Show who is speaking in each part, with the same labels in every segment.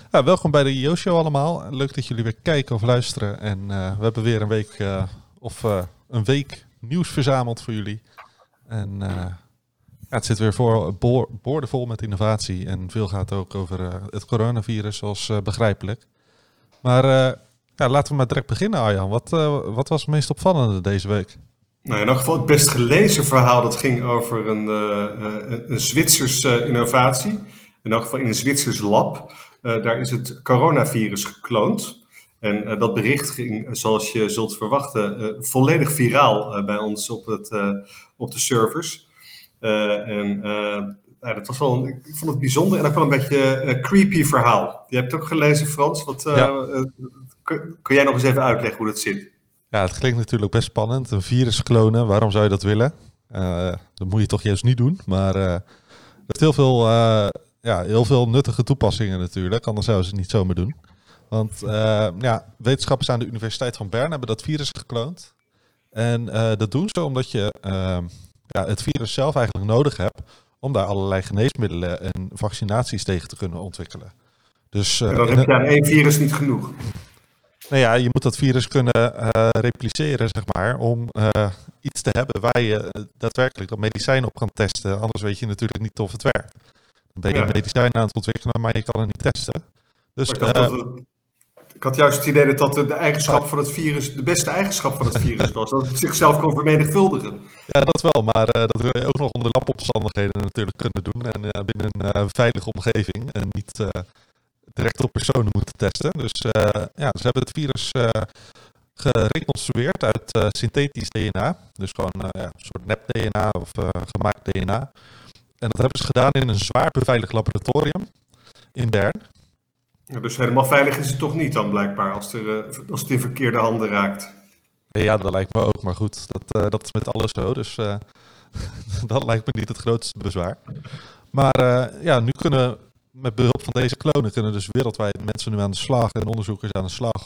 Speaker 1: Ja, welkom bij de IO-show allemaal. Leuk dat jullie weer kijken of luisteren. En we hebben weer een week nieuws verzameld voor jullie. En het zit weer boordevol met innovatie. En veel gaat ook over het coronavirus, zoals begrijpelijk. Maar laten we maar direct beginnen, Arjan. Wat was het meest opvallende deze week?
Speaker 2: Nou, in elk geval het best gelezen verhaal, dat ging over een Zwitserse innovatie. In elk geval in een Zwitsers lab. Daar is het coronavirus gekloond. En dat bericht ging, zoals je zult verwachten, volledig viraal bij ons op de servers. Dat was wel ik vond het bijzonder en ook wel een beetje een creepy verhaal. Je hebt het ook gelezen, Frans. Kun jij nog eens even uitleggen hoe dat zit?
Speaker 1: Ja, het klinkt natuurlijk best spannend. Een virus klonen, waarom zou je dat willen? Dat moet je toch juist niet doen. Maar er heeft heel veel nuttige toepassingen natuurlijk. Anders zouden ze het niet zomaar doen. Want wetenschappers aan de Universiteit van Bern hebben dat virus gekloond. En dat doen ze omdat je het virus zelf eigenlijk nodig hebt om daar allerlei geneesmiddelen en vaccinaties tegen te kunnen ontwikkelen. Dus,
Speaker 2: en dan heb je aan één virus niet genoeg.
Speaker 1: Nou ja, je moet dat virus kunnen repliceren, zeg maar, om iets te hebben waar je daadwerkelijk dat medicijn op kan testen. Anders weet je natuurlijk niet of het werkt. Dan ben je een medicijn aan het ontwikkelen, maar je kan het niet testen. Dus,
Speaker 2: ik had juist het idee dat de eigenschap van het virus de beste eigenschap van het virus was. Dat het zichzelf kon vermenigvuldigen.
Speaker 1: Ja, dat wel, maar dat wil je ook nog onder labomstandigheden natuurlijk kunnen doen. En binnen een veilige omgeving en niet direct op personen moeten testen. Dus ze hebben het virus gereconstrueerd uit synthetisch DNA. Dus gewoon een soort nep-DNA of gemaakt DNA. En dat hebben ze gedaan in een zwaar beveiligd laboratorium in Bern.
Speaker 2: Ja, dus helemaal veilig is het toch niet dan blijkbaar als het in verkeerde handen raakt.
Speaker 1: Ja, dat lijkt me ook. Maar goed, dat is met alles zo. Dus dat lijkt me niet het grootste bezwaar. Maar nu met behulp van deze klonen kunnen dus wereldwijd mensen nu aan de slag en onderzoekers aan de slag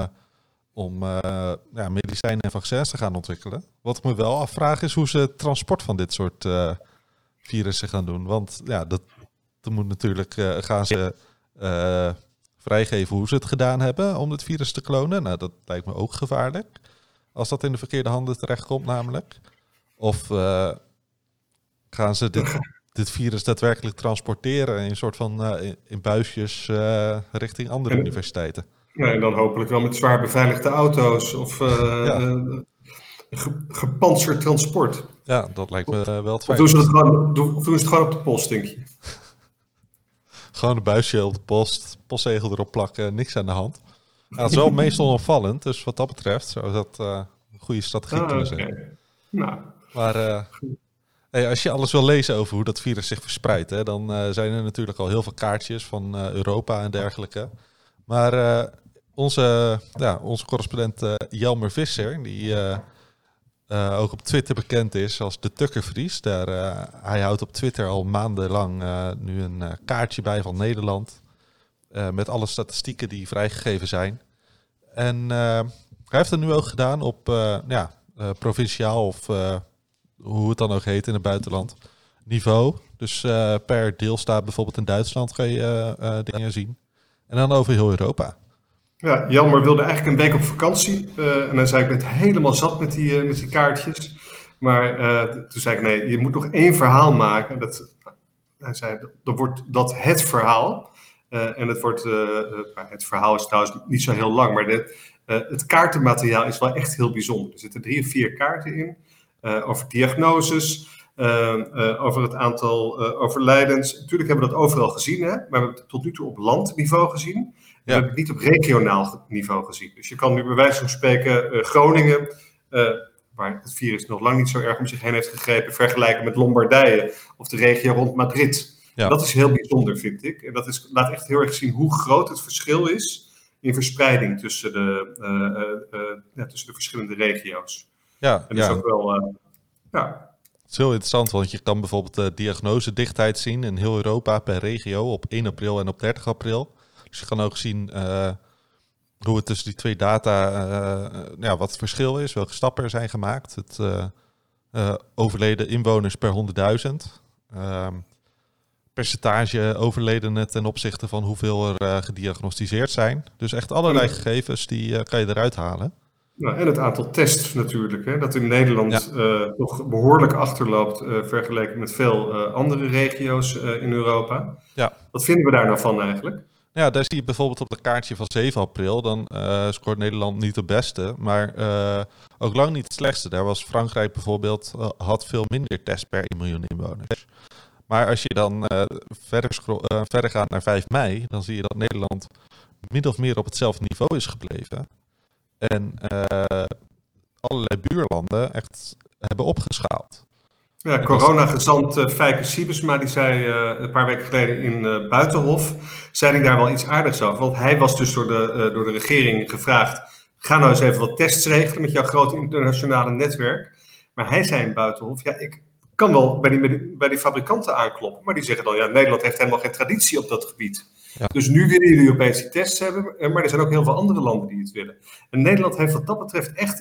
Speaker 1: om medicijnen en vaccins te gaan ontwikkelen. Wat ik me wel afvraag is hoe ze het transport van dit soort virussen gaan doen. Want dat moet natuurlijk, gaan ze vrijgeven hoe ze het gedaan hebben om het virus te klonen. Nou, dat lijkt me ook gevaarlijk. Als dat in de verkeerde handen terechtkomt namelijk. Of gaan ze dit virus daadwerkelijk transporteren in een soort van in buisjes richting andere universiteiten?
Speaker 2: Ja, en dan hopelijk wel met zwaar beveiligde auto's of gepantserd transport.
Speaker 1: Ja, dat lijkt me wel het
Speaker 2: feit. Of doen ze het gewoon op de post, denk je?
Speaker 1: Gewoon een buisje op de post, postzegel erop plakken, niks aan de hand. Nou, het is wel meestal opvallend, dus wat dat betreft zou dat een goede strategie kunnen zijn.
Speaker 2: Nou.
Speaker 1: Maar als je alles wil lezen over hoe dat virus zich verspreidt, dan zijn er natuurlijk al heel veel kaartjes van Europa en dergelijke. Maar onze correspondent Jelmer Visser, die ook op Twitter bekend is als de Tukkervries. Hij houdt op Twitter al maandenlang nu een kaartje bij van Nederland. Met alle statistieken die vrijgegeven zijn. En hij heeft het nu ook gedaan op provinciaal of hoe het dan ook heet in het buitenland niveau. Dus per deelstaat bijvoorbeeld in Duitsland kan je dingen zien. En dan over heel Europa.
Speaker 2: Ja, Jelmer wilde eigenlijk een week op vakantie. En dan zei ik, ben helemaal zat met die kaartjes. Maar toen zei ik, nee, je moet nog één verhaal maken. Hij zei, dan wordt dat het verhaal. En het verhaal is trouwens niet zo heel lang. Maar het kaartenmateriaal is wel echt heel bijzonder. Er zitten 3 of 4 kaarten in. Over diagnoses. Over het aantal overlijdens. Natuurlijk hebben we dat overal gezien. Hè? Maar we hebben het tot nu toe op landniveau gezien. We hebben het niet op regionaal niveau gezien. Dus je kan nu bij wijze van spreken Groningen, waar het virus nog lang niet zo erg om zich heen heeft gegrepen, vergelijken met Lombardije of de regio rond Madrid. Ja. Dat is heel bijzonder, vind ik. En dat laat echt heel erg zien hoe groot het verschil is in verspreiding tussen de verschillende regio's.
Speaker 1: Ja,
Speaker 2: en dat is ook wel...
Speaker 1: Het is heel interessant, want je kan bijvoorbeeld de diagnosedichtheid zien in heel Europa per regio op 1 april en op 30 april. Dus je kan ook zien hoe het tussen die twee data, wat het verschil is, welke stappen er zijn gemaakt. Het overleden inwoners per 100.000. percentage overledenen ten opzichte van hoeveel er gediagnosticeerd zijn. Dus echt allerlei gegevens, die kan je eruit halen.
Speaker 2: Nou, en het aantal tests natuurlijk, hè, dat in Nederland nog behoorlijk achterloopt vergeleken met veel andere regio's in Europa.
Speaker 1: Ja.
Speaker 2: Wat vinden we daar nou van eigenlijk?
Speaker 1: Ja, daar zie je bijvoorbeeld op het kaartje van 7 april, dan scoort Nederland niet de beste, maar ook lang niet het slechtste. Daar was Frankrijk bijvoorbeeld, had veel minder tests per 1 miljoen inwoners. Maar als je dan verder gaat naar 5 mei, dan zie je dat Nederland min of meer op hetzelfde niveau is gebleven. En allerlei buurlanden echt hebben opgeschaald.
Speaker 2: Ja, coronagezant Fijke Siebesma, die zei een paar weken geleden in Buitenhof, zei hij daar wel iets aardigs over. Want hij was dus door de regering gevraagd, ga nou eens even wat tests regelen met jouw grote internationale netwerk. Maar hij zei in Buitenhof, ja, ik kan wel bij die fabrikanten aankloppen, maar die zeggen dan, ja, Nederland heeft helemaal geen traditie op dat gebied. Ja. Dus nu willen jullie opeens die tests hebben, maar er zijn ook heel veel andere landen die het willen. En Nederland heeft wat dat betreft echt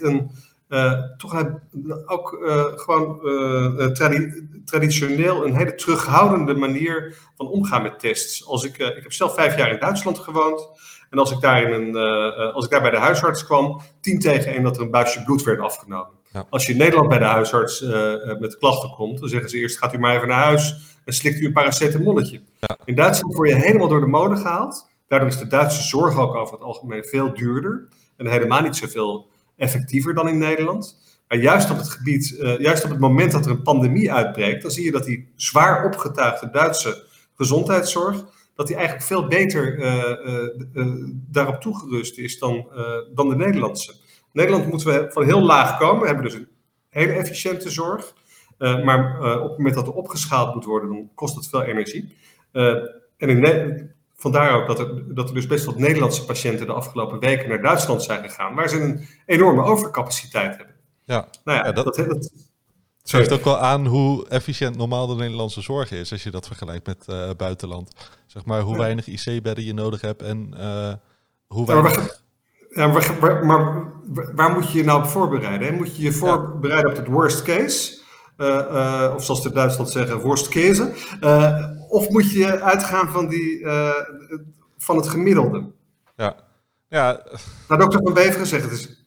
Speaker 2: traditioneel een hele terughoudende manier van omgaan met tests. Ik heb zelf 5 jaar in Duitsland gewoond. En als ik daar bij de huisarts kwam, 10 tegen 1 dat er een buisje bloed werd afgenomen. Ja. Als je in Nederland bij de huisarts met klachten komt, dan zeggen ze eerst, gaat u maar even naar huis en slikt u een paracetamolletje. Ja. In Duitsland word je helemaal door de molen gehaald. Daardoor is de Duitse zorg ook over het algemeen veel duurder. En helemaal niet zoveel effectiever dan in Nederland. Maar juist op het moment dat er een pandemie uitbreekt, dan zie je dat die zwaar opgetuigde Duitse gezondheidszorg, dat die eigenlijk veel beter daarop toegerust is dan de Nederlandse. In Nederland moeten we van heel laag komen. We hebben dus een hele efficiënte zorg. Maar op het moment dat er opgeschaald moet worden, dan kost het veel energie. Vandaar ook dat er dus best wat Nederlandse patiënten de afgelopen weken naar Duitsland zijn gegaan, waar ze een enorme overcapaciteit hebben.
Speaker 1: Ja, nou ja, dat geeft ook wel aan hoe efficiënt normaal de Nederlandse zorg is, als je dat vergelijkt met buitenland. Zeg maar hoe weinig IC-bedden je nodig hebt en hoe weinig...
Speaker 2: Maar waar moet je je nou op voorbereiden? Hè? Moet je je voorbereiden op het worst case? Of zoals ze in Duitsland zeggen, worst case? Of moet je uitgaan van het gemiddelde?
Speaker 1: Ja.
Speaker 2: Nou, dokter Van Beveren zegt het eens.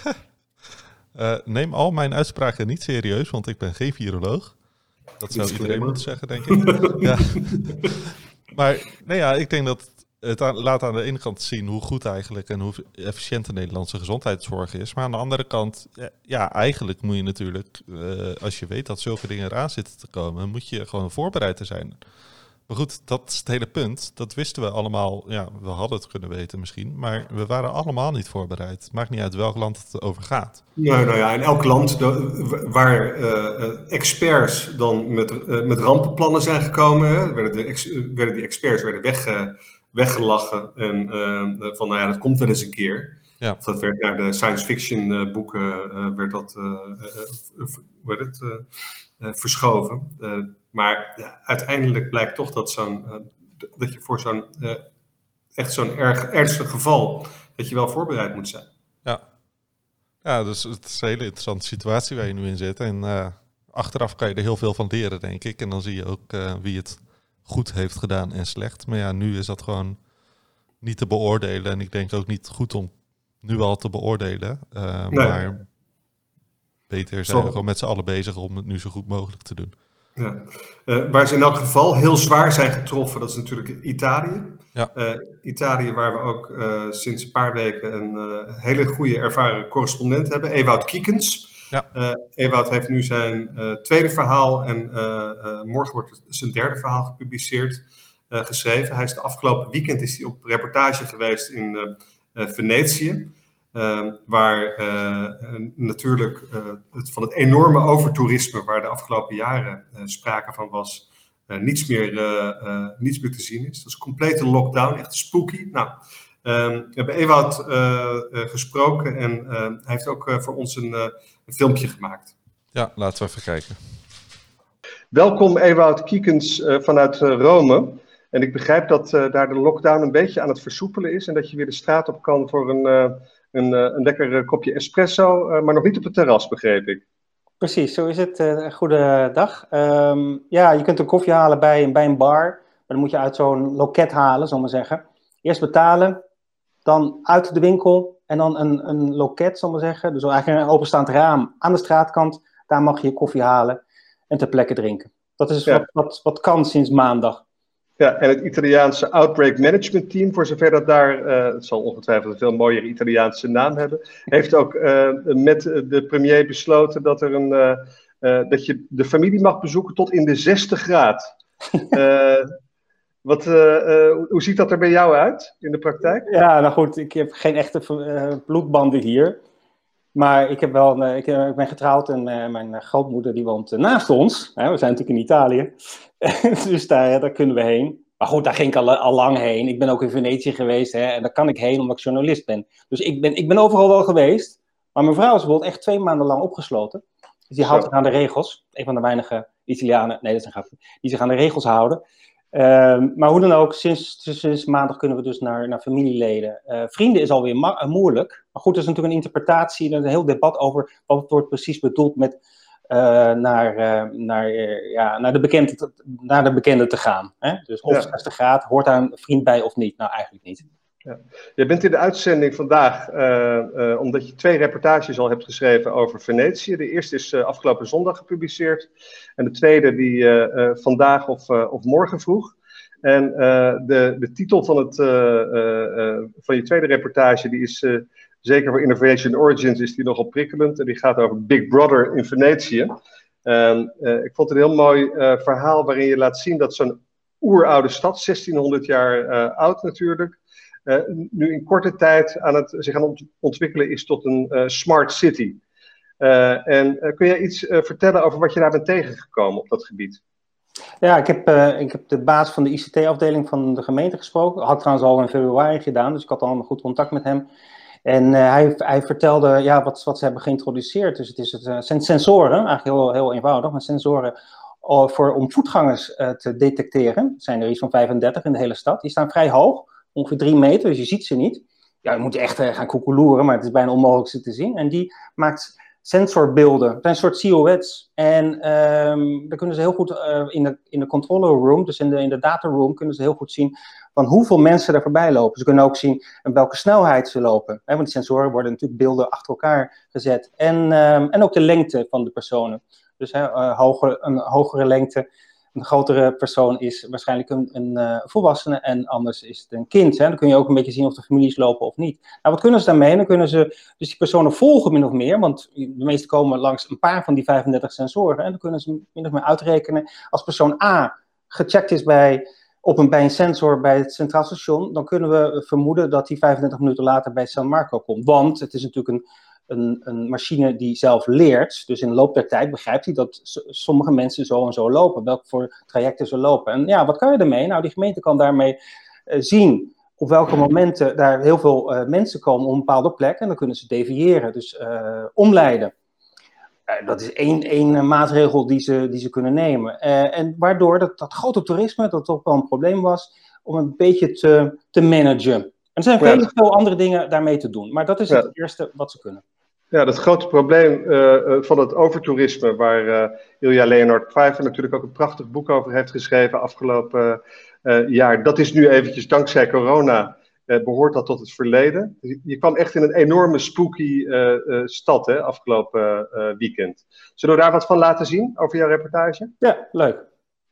Speaker 1: Neem al mijn uitspraken niet serieus, want ik ben geen viroloog. Dat zou iedereen moeten zeggen, denk ik. Ja. Maar ik denk dat het laat aan de ene kant zien hoe goed eigenlijk en hoe efficiënt de Nederlandse gezondheidszorg is. Maar aan de andere kant, eigenlijk moet je natuurlijk, als je weet dat zulke dingen eraan zitten te komen, moet je gewoon voorbereid te zijn. Maar goed, dat is het hele punt. Dat wisten we allemaal. Ja, we hadden het kunnen weten misschien. Maar we waren allemaal niet voorbereid. Het maakt niet uit welk land het over gaat.
Speaker 2: Nou ja, in elk land waar experts dan met rampenplannen zijn gekomen, werden die experts weggelachen. En dat komt wel eens een keer. Ja. Dat werd naar de science fiction boeken verschoven. Maar uiteindelijk blijkt toch dat je voor zo'n erg ernstig geval, dat je wel voorbereid moet zijn.
Speaker 1: Ja, dus het is een hele interessante situatie waar je nu in zit. En achteraf kan je er heel veel van leren, denk ik. En dan zie je ook wie het goed heeft gedaan en slecht. Maar ja, nu is dat gewoon niet te beoordelen. En ik denk ook niet goed om nu al te beoordelen. Nee. Maar beter zijn we gewoon met z'n allen bezig om het nu zo goed mogelijk te doen.
Speaker 2: Ja. Waar ze in elk geval heel zwaar zijn getroffen, dat is natuurlijk Italië. Ja. Italië, waar we ook sinds een paar weken een hele goede ervaren correspondent hebben, Ewout Kiekens. Ja. Ewout heeft nu zijn tweede verhaal en morgen wordt zijn derde verhaal gepubliceerd, geschreven. Hij is de afgelopen weekend is hij op reportage geweest in Venetië. Waar natuurlijk van het enorme overtoerisme waar de afgelopen jaren sprake van was, niets meer te zien is. Dat is een complete lockdown, echt spooky. Nou, we hebben Ewout gesproken en hij heeft ook voor ons een filmpje gemaakt.
Speaker 1: Ja, laten we even kijken.
Speaker 2: Welkom Ewout Kiekens vanuit Rome. En ik begrijp dat daar de lockdown een beetje aan het versoepelen is en dat je weer de straat op kan voor een lekker kopje espresso, maar nog niet op het terras, begreep ik.
Speaker 3: Precies, zo is het. Goedendag. Ja, je kunt een koffie halen bij een bar. Maar dan moet je uit zo'n loket halen, zal ik maar zeggen. Eerst betalen, dan uit de winkel en dan een loket, zal ik maar zeggen. Dus eigenlijk een openstaand raam aan de straatkant. Daar mag je je koffie halen en ter plekke drinken. Dat is wat kan sinds maandag.
Speaker 2: Ja, en het Italiaanse Outbreak Management Team, voor zover dat daar, het zal ongetwijfeld een veel mooiere Italiaanse naam hebben, heeft ook met de premier besloten dat dat je de familie mag bezoeken tot in de 60 graad. Hoe ziet dat er bij jou uit in de praktijk?
Speaker 3: Ja, nou goed, ik heb geen echte bloedbanden hier. Maar ik ben getrouwd en mijn grootmoeder die woont naast ons. We zijn natuurlijk in Italië. Dus daar kunnen we heen. Maar goed, daar ging ik al lang heen. Ik ben ook in Venetië geweest. En daar kan ik heen omdat ik journalist ben. Dus ik ben overal wel geweest. Maar mijn vrouw is bijvoorbeeld echt 2 maanden lang opgesloten. Dus die houdt zich aan de regels. Een van de weinige Italianen, nee dat is een grapje, die zich aan de regels houden. Maar hoe dan ook, sinds maandag kunnen we dus naar familieleden. Vrienden is alweer moeilijk. Maar goed, er is natuurlijk een interpretatie. Er is een heel debat over wat wordt precies bedoeld met naar de bekende te gaan. Hè? Dus of 60 graden, hoort daar een vriend bij of niet? Nou, eigenlijk niet.
Speaker 2: Ja. Je bent in de uitzending vandaag, omdat je 2 reportages al hebt geschreven over Venetië. De eerste is afgelopen zondag gepubliceerd. En de tweede die vandaag of morgen vroeg. En de titel van je tweede reportage, die is zeker voor Innovation Origins, is die nogal prikkelend. En die gaat over Big Brother in Venetië. Ik vond het een heel mooi verhaal waarin je laat zien dat zo'n oeroude stad, 1600 jaar oud natuurlijk, nu in korte tijd zich aan het ontwikkelen is tot een smart city. Kun jij iets vertellen over wat je daar bent tegengekomen op dat gebied?
Speaker 3: Ja, ik heb de baas van de ICT-afdeling van de gemeente gesproken. Dat had ik trouwens al in februari gedaan, dus ik had al een goed contact met hem. En hij vertelde wat ze hebben geïntroduceerd. Dus het zijn sensoren, eigenlijk heel eenvoudig, maar sensoren om voetgangers te detecteren. Er zijn er iets van 35 in de hele stad. Die staan vrij hoog, ongeveer 3 meter, dus je ziet ze niet. Ja, je moet echt gaan koekeloeren, maar het is bijna onmogelijk ze te zien. En die maakt sensorbeelden. Het zijn een soort silhouettes. En daar kunnen ze heel goed in de control room, dus in de data room, kunnen ze heel goed zien van hoeveel mensen er voorbij lopen. Ze kunnen ook zien aan welke snelheid ze lopen. Want die sensoren worden natuurlijk beelden achter elkaar gezet. En ook de lengte van de personen. Dus een hogere lengte, een grotere persoon is waarschijnlijk een volwassene en anders is het een kind. Dan kun je ook een beetje zien of de families lopen of niet. Nou, wat kunnen ze daarmee? Dan kunnen ze dus die personen volgen min of meer, want de meesten komen langs een paar van die 35 sensoren. En dan kunnen ze min of meer uitrekenen als persoon A gecheckt is bij een sensor bij het Centraal Station, dan kunnen we vermoeden dat die 35 minuten later bij San Marco komt. Want het is natuurlijk een machine die zelf leert. Dus in de loop der tijd begrijpt hij dat sommige mensen zo en zo lopen. Welke voor trajecten ze lopen. En ja, wat kan je ermee? Nou, die gemeente kan daarmee zien op welke momenten daar heel veel mensen komen op een bepaalde plek. En dan kunnen ze deviëren, dus omleiden. Dat is één maatregel die ze kunnen nemen. En waardoor dat grote toerisme, dat toch wel een probleem was, om een beetje te managen. En er zijn veel andere dingen daarmee te doen. Maar dat is het eerste wat ze kunnen.
Speaker 2: Ja, dat grote probleem van het overtoerisme, waar Ilja Leonard Pfeiffer natuurlijk ook een prachtig boek over heeft geschreven afgelopen jaar. Dat is nu eventjes dankzij corona, behoort dat tot het verleden. Je kwam echt in een enorme spooky stad afgelopen weekend. Zullen we daar wat van laten zien over jouw reportage?
Speaker 3: Ja, leuk.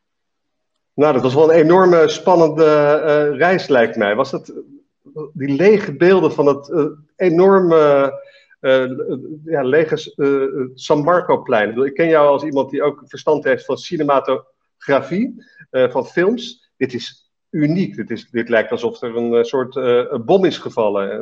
Speaker 2: Nou, dat was wel een enorme spannende reis, lijkt mij. Was dat die lege beelden van het enorme lege San Marco-plein? Ik ken jou als iemand die ook verstand heeft van cinematografie, van films. Dit is uniek. Dit lijkt alsof er een soort bom is gevallen.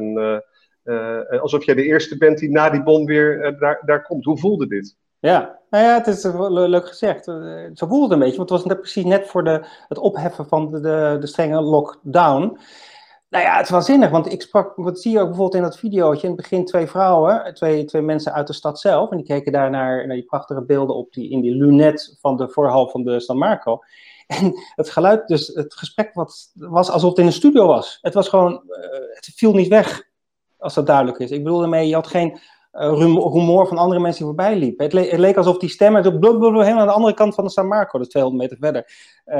Speaker 2: En alsof jij de eerste bent die na die bom weer daar komt. Hoe voelde dit?
Speaker 3: Ja, nou ja, het is leuk gezegd. Zo voelde het een beetje, want het was precies net voor het opheffen van de strenge lockdown. Nou ja, het is waanzinnig, want wat zie je ook bijvoorbeeld in dat videootje, in het begin 2 vrouwen, twee mensen uit de stad zelf, en die keken daar naar die prachtige beelden in die lunet van de voorhal van de San Marco. En het geluid, dus het gesprek was alsof het in een studio was. Het was gewoon, het viel niet weg, als dat duidelijk is. Ik bedoel daarmee, je had geen rumoer van andere mensen die voorbij liepen. Het leek alsof die stemmen zo helemaal aan de andere kant van de San Marco, dus 200 meter verder,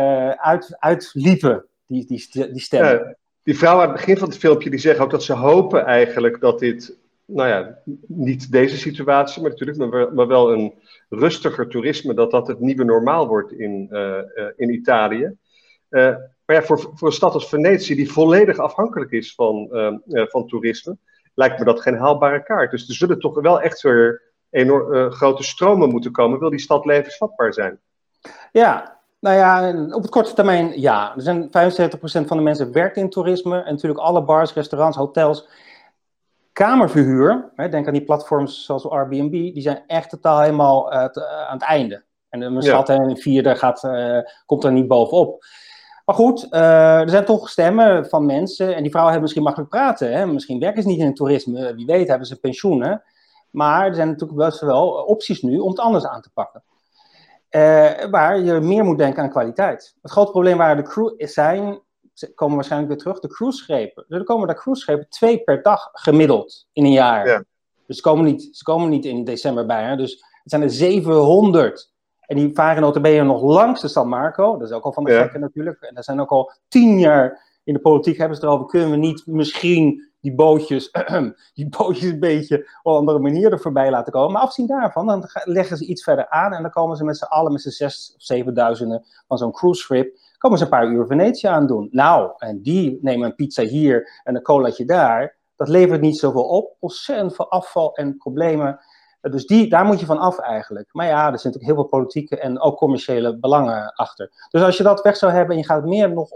Speaker 3: uitliepen, die stemmen.
Speaker 2: Die vrouw aan het begin van het filmpje, die zegt ook dat ze hopen eigenlijk dat dit, nou ja, niet deze situatie, maar natuurlijk, maar wel een rustiger toerisme, dat het nieuwe normaal wordt in Italië. Maar ja, voor een stad als Venetië, die volledig afhankelijk is van toerisme, lijkt me dat geen haalbare kaart. Dus er zullen toch wel echt weer grote stromen moeten komen, wil die stad levensvatbaar zijn.
Speaker 3: Ja, nou ja, op het korte termijn ja. Er zijn 75% van de mensen werkt in toerisme. En natuurlijk alle bars, restaurants, hotels, kamerverhuur. Denk aan die platforms zoals Airbnb, die zijn echt totaal helemaal aan het einde. En mijn schat, een vierde komt er niet bovenop. Maar goed, er zijn toch stemmen van mensen. En die vrouwen hebben misschien makkelijk praten. Hè? Misschien werken ze niet in het toerisme. Wie weet hebben ze pensioenen. Maar er zijn natuurlijk best wel opties nu om het anders aan te pakken. Waar je meer moet denken aan kwaliteit. Het grote probleem waar de cruise komen waarschijnlijk weer terug, de cruiseschepen. Er komen daar cruiseschepen 2 per dag gemiddeld in een jaar. Ja. Dus ze komen niet in december bij. Hè? Dus het zijn er 700. En die varen notabene nog langs de San Marco. Dat is ook al van de gekken natuurlijk. En daar zijn ook al 10 jaar in de politiek hebben ze erover. Kunnen we niet misschien die bootjes een beetje op een andere manier er voorbij laten komen. Maar afzien daarvan, dan leggen ze iets verder aan. En dan komen ze met z'n allen, met z'n 6.000 of 7.000 van zo'n cruise ship, komen ze een paar uur Venetië aan doen. Nou, en die nemen een pizza hier en een colaatje daar. Dat levert niet zoveel op. Ontzettend veel afval en problemen. Dus daar moet je van af eigenlijk. Maar ja, er zitten ook heel veel politieke en ook commerciële belangen achter. Dus als je dat weg zou hebben en je gaat meer nog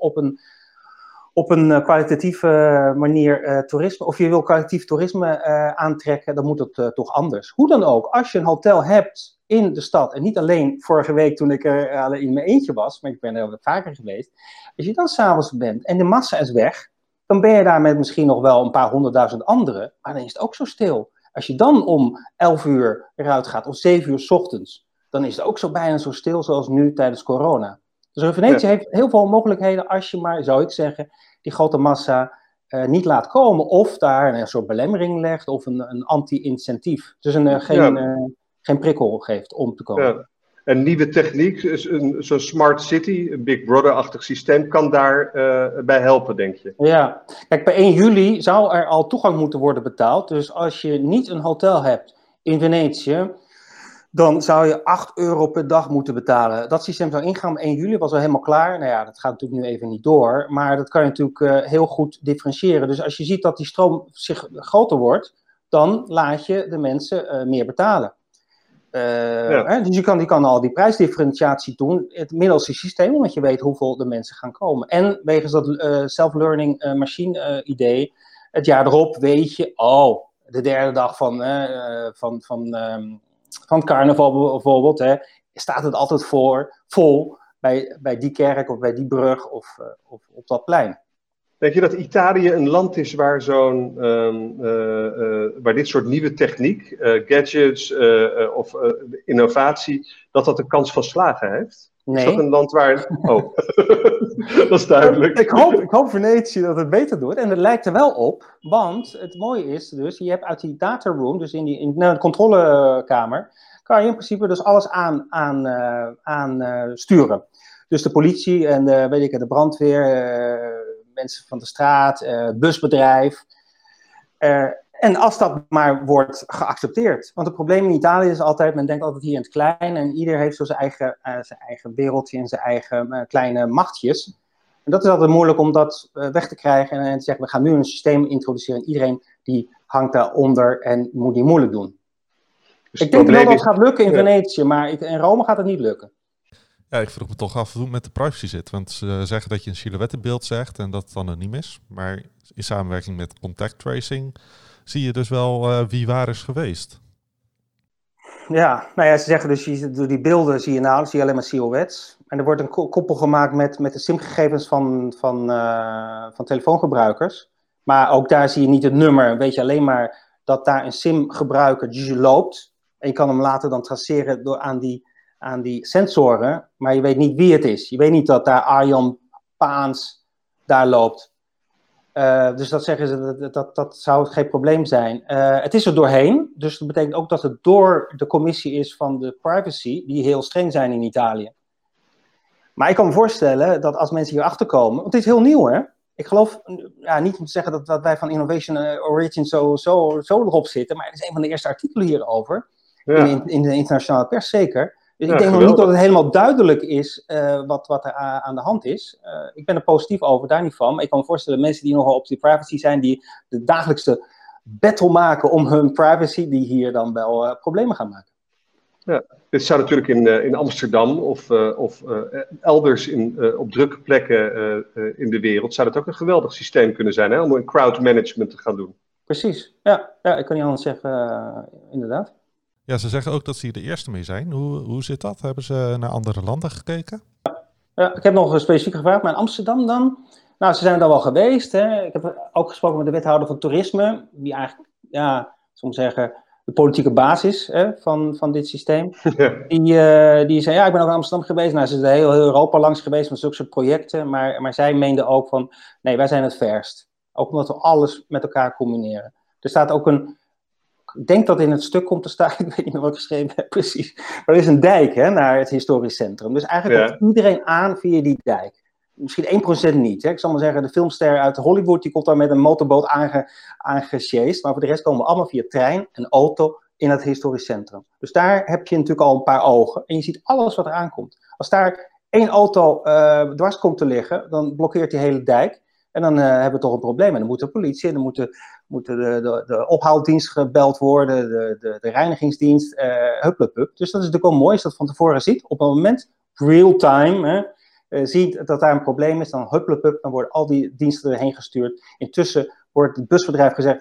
Speaker 3: op een kwalitatieve manier toerisme, of je wil kwalitatief toerisme aantrekken, dan moet het toch anders. Hoe dan ook, als je een hotel hebt in de stad, en niet alleen vorige week toen ik er in mijn eentje was, maar ik ben er vaker geweest, als je dan s'avonds bent en de massa is weg, dan ben je daar met misschien nog wel een paar 100.000 anderen, maar dan is het ook zo stil. Als je dan om 11 uur eruit gaat, of 7 uur 's ochtends, dan is het ook zo bijna zo stil zoals nu tijdens corona. Dus Venetië heeft heel veel mogelijkheden als je maar, zou ik zeggen, die grote massa niet laat komen. Of daar een soort belemmering legt of een anti-incentief. Dus geen prikkel geeft om te komen.
Speaker 2: Ja. Een nieuwe techniek, zo'n smart city, een Big Brother-achtig systeem, kan daar bij helpen, denk je?
Speaker 3: Ja, kijk, bij 1 juli zou er al toegang moeten worden betaald. Dus als je niet een hotel hebt in Venetië, dan zou je €8 per dag moeten betalen. Dat systeem zou ingaan op 1 juli, was al helemaal klaar. Nou ja, dat gaat natuurlijk nu even niet door. Maar dat kan je natuurlijk heel goed differentiëren. Dus als je ziet dat die stroom zich groter wordt, dan laat je de mensen meer betalen. Dus je kan al die prijsdifferentiatie doen middels die systeem, omdat je weet hoeveel de mensen gaan komen. En wegens dat self-learning machine idee, het jaar erop weet je, de derde dag van carnaval bijvoorbeeld, staat het altijd vol bij die kerk of bij die brug of op dat plein.
Speaker 2: Denk je dat Italië een land is waar waar dit soort nieuwe techniek, gadgets of innovatie, dat een kans van slagen heeft?
Speaker 3: Nee.
Speaker 2: Is dat een land waar... Oh, dat is duidelijk.
Speaker 3: Ik hoop Venetië dat het beter doet. En het lijkt er wel op, want het mooie is dus, je hebt uit die data room, dus in de controlekamer, kan je in principe dus alles aan sturen. Dus de politie en de brandweer, mensen van de straat, busbedrijf. En als dat maar wordt geaccepteerd. Want het probleem in Italië is altijd, men denkt altijd hier in het klein en ieder heeft zo zijn eigen wereldje en zijn eigen kleine machtjes. En dat is altijd moeilijk om dat weg te krijgen en te zeggen, we gaan nu een systeem introduceren en iedereen die hangt daaronder en moet niet moeilijk doen. Dus ik denk wel dat het gaat lukken in Venetië, maar in Rome gaat het niet lukken.
Speaker 1: Ja, ik vroeg me toch af hoe het met de privacy zit. Want ze zeggen dat je een silhouettenbeeld zegt en dat het anoniem is. Maar in samenwerking met contact tracing zie je dus wel wie waar is geweest.
Speaker 3: Ja, nou ja, ze zeggen dus, door die beelden zie je alleen maar silhouettes. En er wordt een koppel gemaakt met de simgegevens van telefoongebruikers. Maar ook daar zie je niet het nummer. Weet je alleen maar dat daar een simgebruiker loopt. En je kan hem later dan traceren aan die sensoren. Maar je weet niet wie het is. Je weet niet dat daar Arjan Paans daar loopt. Dus dat zeggen ze, dat zou geen probleem zijn. Het is er doorheen, dus dat betekent ook dat het door de commissie is van de privacy, die heel streng zijn in Italië. Maar ik kan me voorstellen dat als mensen hierachter komen, want dit is heel nieuw, hè? Ik geloof, niet om te zeggen dat wij van Innovation Origin zo erop zitten, maar het is een van de eerste artikelen hierover, in de internationale pers zeker. Dus ik denk nog niet dat het helemaal duidelijk is wat er aan de hand is. Ik ben er positief over, daar niet van. Maar ik kan me voorstellen, mensen die nogal op die privacy zijn, die de dagelijkse battle maken om hun privacy, die hier dan wel problemen gaan maken.
Speaker 4: Ja, dit zou natuurlijk in Amsterdam of elders op drukke plekken in de wereld, zou dat ook een geweldig systeem kunnen zijn, hè, om een crowd management te gaan doen.
Speaker 3: Precies, ja, ik kan niet anders zeggen, inderdaad.
Speaker 1: Ja, ze zeggen ook dat ze hier de eerste mee zijn. Hoe zit dat? Hebben ze naar andere landen gekeken?
Speaker 3: Ja, ik heb nog specifiek gevraagd, maar in Amsterdam dan? Nou, ze zijn er dan wel geweest. Hè. Ik heb ook gesproken met de wethouder van toerisme, die eigenlijk, soms zeggen, de politieke basis van dit systeem. Die zei, ik ben ook in Amsterdam geweest. Nou, ze is heel Europa langs geweest met zulke soort projecten, maar zij meende ook van, nee, wij zijn het verst. Ook omdat we alles met elkaar combineren. Er staat ook ik denk dat in het stuk komt te staan, ik weet niet meer wat ik geschreven heb precies, maar er is een dijk naar het historisch centrum. Dus eigenlijk komt iedereen aan via die dijk. Misschien 1% niet. Hè. Ik zal maar zeggen, de filmster uit Hollywood, die komt daar met een motorboot aangesjeest, maar voor de rest komen we allemaal via trein en auto in het historisch centrum. Dus daar heb je natuurlijk al een paar ogen en je ziet alles wat er aankomt. Als daar 1 auto dwars komt te liggen, dan blokkeert die hele dijk. En dan hebben we toch een probleem. En dan moet de politie, en dan moet de ophaaldienst gebeld worden, de reinigingsdienst, hupplepup. Dus dat is natuurlijk wel mooi als je dat van tevoren ziet. Op een moment, real time, ziet dat daar een probleem is, dan hupplepup, dan worden al die diensten erheen gestuurd. Intussen wordt het busbedrijf gezegd,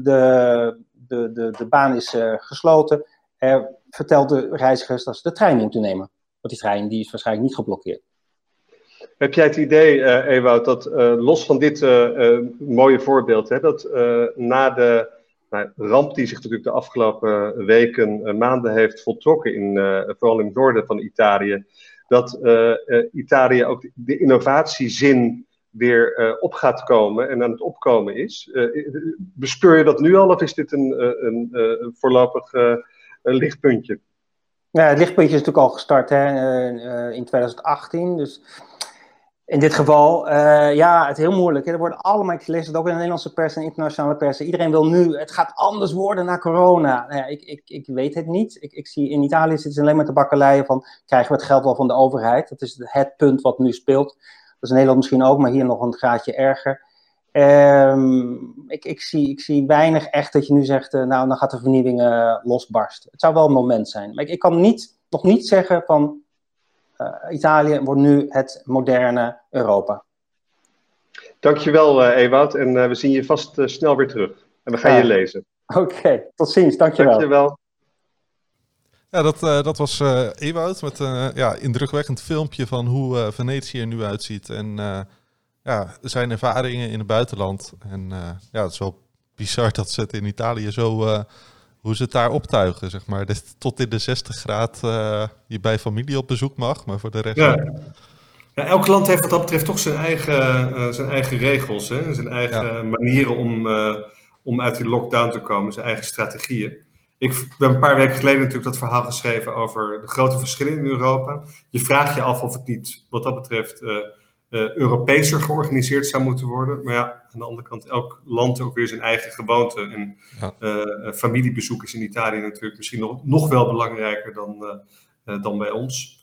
Speaker 3: de baan is gesloten. Vertelt de reizigers dat ze de trein moeten nemen. Want die trein die is waarschijnlijk niet geblokkeerd.
Speaker 4: Heb jij het idee, Ewout, dat los van dit mooie voorbeeld, hè, dat na de ramp die zich natuurlijk de afgelopen weken, maanden heeft voltrokken, vooral in het noorden van Italië, dat Italië ook de innovatiezin weer op gaat komen en aan het opkomen is? Bespeur je dat nu al of is dit een voorlopig lichtpuntje?
Speaker 3: Ja, het lichtpuntje is natuurlijk al gestart in 2018, dus in dit geval, het is heel moeilijk. Hè. Er worden allemaal, ik lees het ook in de Nederlandse pers en internationale pers. Iedereen wil nu, het gaat anders worden na corona. Nou ja, ik weet het niet. Ik zie in Italië zitten ze alleen maar te bakkeleien van, krijgen we het geld wel van de overheid? Dat is het punt wat nu speelt. Dat is in Nederland misschien ook, maar hier nog een graadje erger. Ik zie weinig echt dat je nu zegt, dan gaat de vernieuwing losbarsten. Het zou wel een moment zijn. Maar ik kan nog niet zeggen van, Italië wordt nu het moderne Europa.
Speaker 4: Dankjewel, Ewout. En we zien je vast snel weer terug. En we gaan je lezen.
Speaker 3: Oké, tot ziens. Dankjewel.
Speaker 4: Dankjewel.
Speaker 1: Ja, dat was Ewout met een indrukwekkend filmpje van hoe Venetië er nu uitziet. En zijn ervaringen in het buitenland. En het is wel bizar dat ze het in Italië zo... hoe ze het daar optuigen, zeg maar. Tot in de 60 graad je bij familie op bezoek mag, maar voor de rest...
Speaker 2: Ja, elk land heeft wat dat betreft toch zijn eigen regels, hè? Zijn eigen manieren om uit die lockdown te komen, zijn eigen strategieën. Ik heb een paar weken geleden natuurlijk dat verhaal geschreven over de grote verschillen in Europa. Je vraagt je af of het niet, wat dat betreft, Europeeser georganiseerd zou moeten worden. Maar ja, aan de andere kant, elk land ook weer zijn eigen gewoonte. En familiebezoek is in Italië natuurlijk misschien nog wel belangrijker dan bij ons.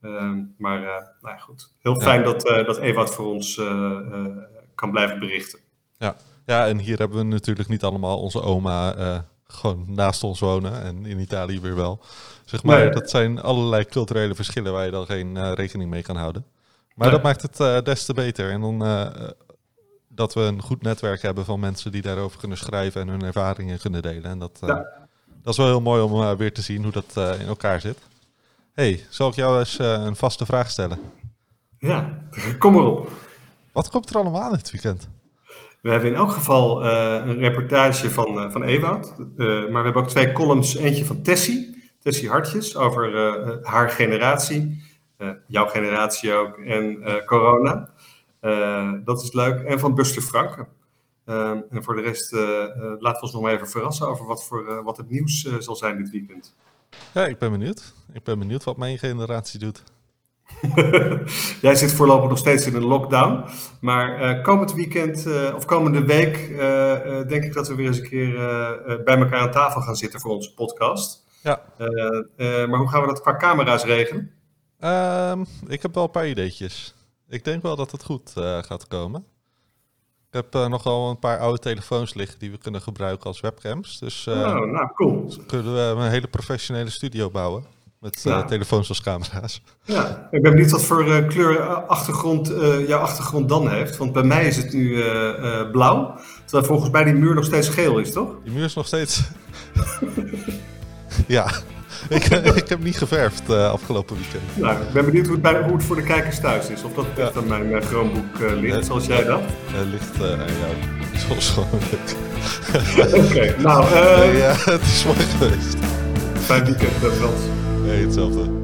Speaker 2: Goed. Heel fijn dat Ewout voor ons kan blijven berichten.
Speaker 1: Ja, en hier hebben we natuurlijk niet allemaal onze oma gewoon naast ons wonen. En in Italië weer wel. Zeg maar, dat zijn allerlei culturele verschillen waar je dan geen rekening mee kan houden. Maar dat maakt het des te beter. En dan dat we een goed netwerk hebben van mensen die daarover kunnen schrijven en hun ervaringen kunnen delen. En dat is wel heel mooi om weer te zien hoe dat in elkaar zit. Zal ik jou eens een vaste vraag stellen?
Speaker 2: Ja, kom erop.
Speaker 1: Wat komt er allemaal aan dit weekend?
Speaker 2: We hebben in elk geval een reportage van Ewout. Maar we hebben ook 2 columns. Eentje van Tessie Hartjes, over haar generatie. Jouw generatie ook. En corona. Dat is leuk. En van Buster Franke. En voor de rest laten we ons nog maar even verrassen over wat het nieuws zal zijn dit weekend.
Speaker 1: Ja, ik ben benieuwd. Ik ben benieuwd wat mijn generatie doet.
Speaker 2: Jij zit voorlopig nog steeds in een lockdown. Maar komend weekend of komende week denk ik dat we weer eens een keer bij elkaar aan tafel gaan zitten voor onze podcast.
Speaker 1: Ja.
Speaker 2: Maar hoe gaan we dat qua camera's regelen?
Speaker 1: Ik heb wel een paar ideetjes. Ik denk wel dat het goed gaat komen. Ik heb nogal een paar oude telefoons liggen die we kunnen gebruiken als webcams. Dus
Speaker 2: cool.
Speaker 1: Dus kunnen we een hele professionele studio bouwen. Met telefoons als camera's.
Speaker 2: Ja, ik ben benieuwd wat voor kleur achtergrond jouw achtergrond dan heeft. Want bij mij is het nu blauw. Terwijl volgens mij die muur nog steeds geel is, toch?
Speaker 1: Die muur is nog steeds... Ja, ik heb niet geverfd afgelopen weekend.
Speaker 2: Nou, ik ben benieuwd hoe het voor de kijkers thuis is. Of dat echt aan mijn Chromebook ligt, zoals jij dacht.
Speaker 1: Ligt aan jou, zoals gewoonlijk.
Speaker 2: Oké, nou...
Speaker 1: het is mooi geweest.
Speaker 2: Fijn weekend, dat was.
Speaker 1: Nee, hetzelfde.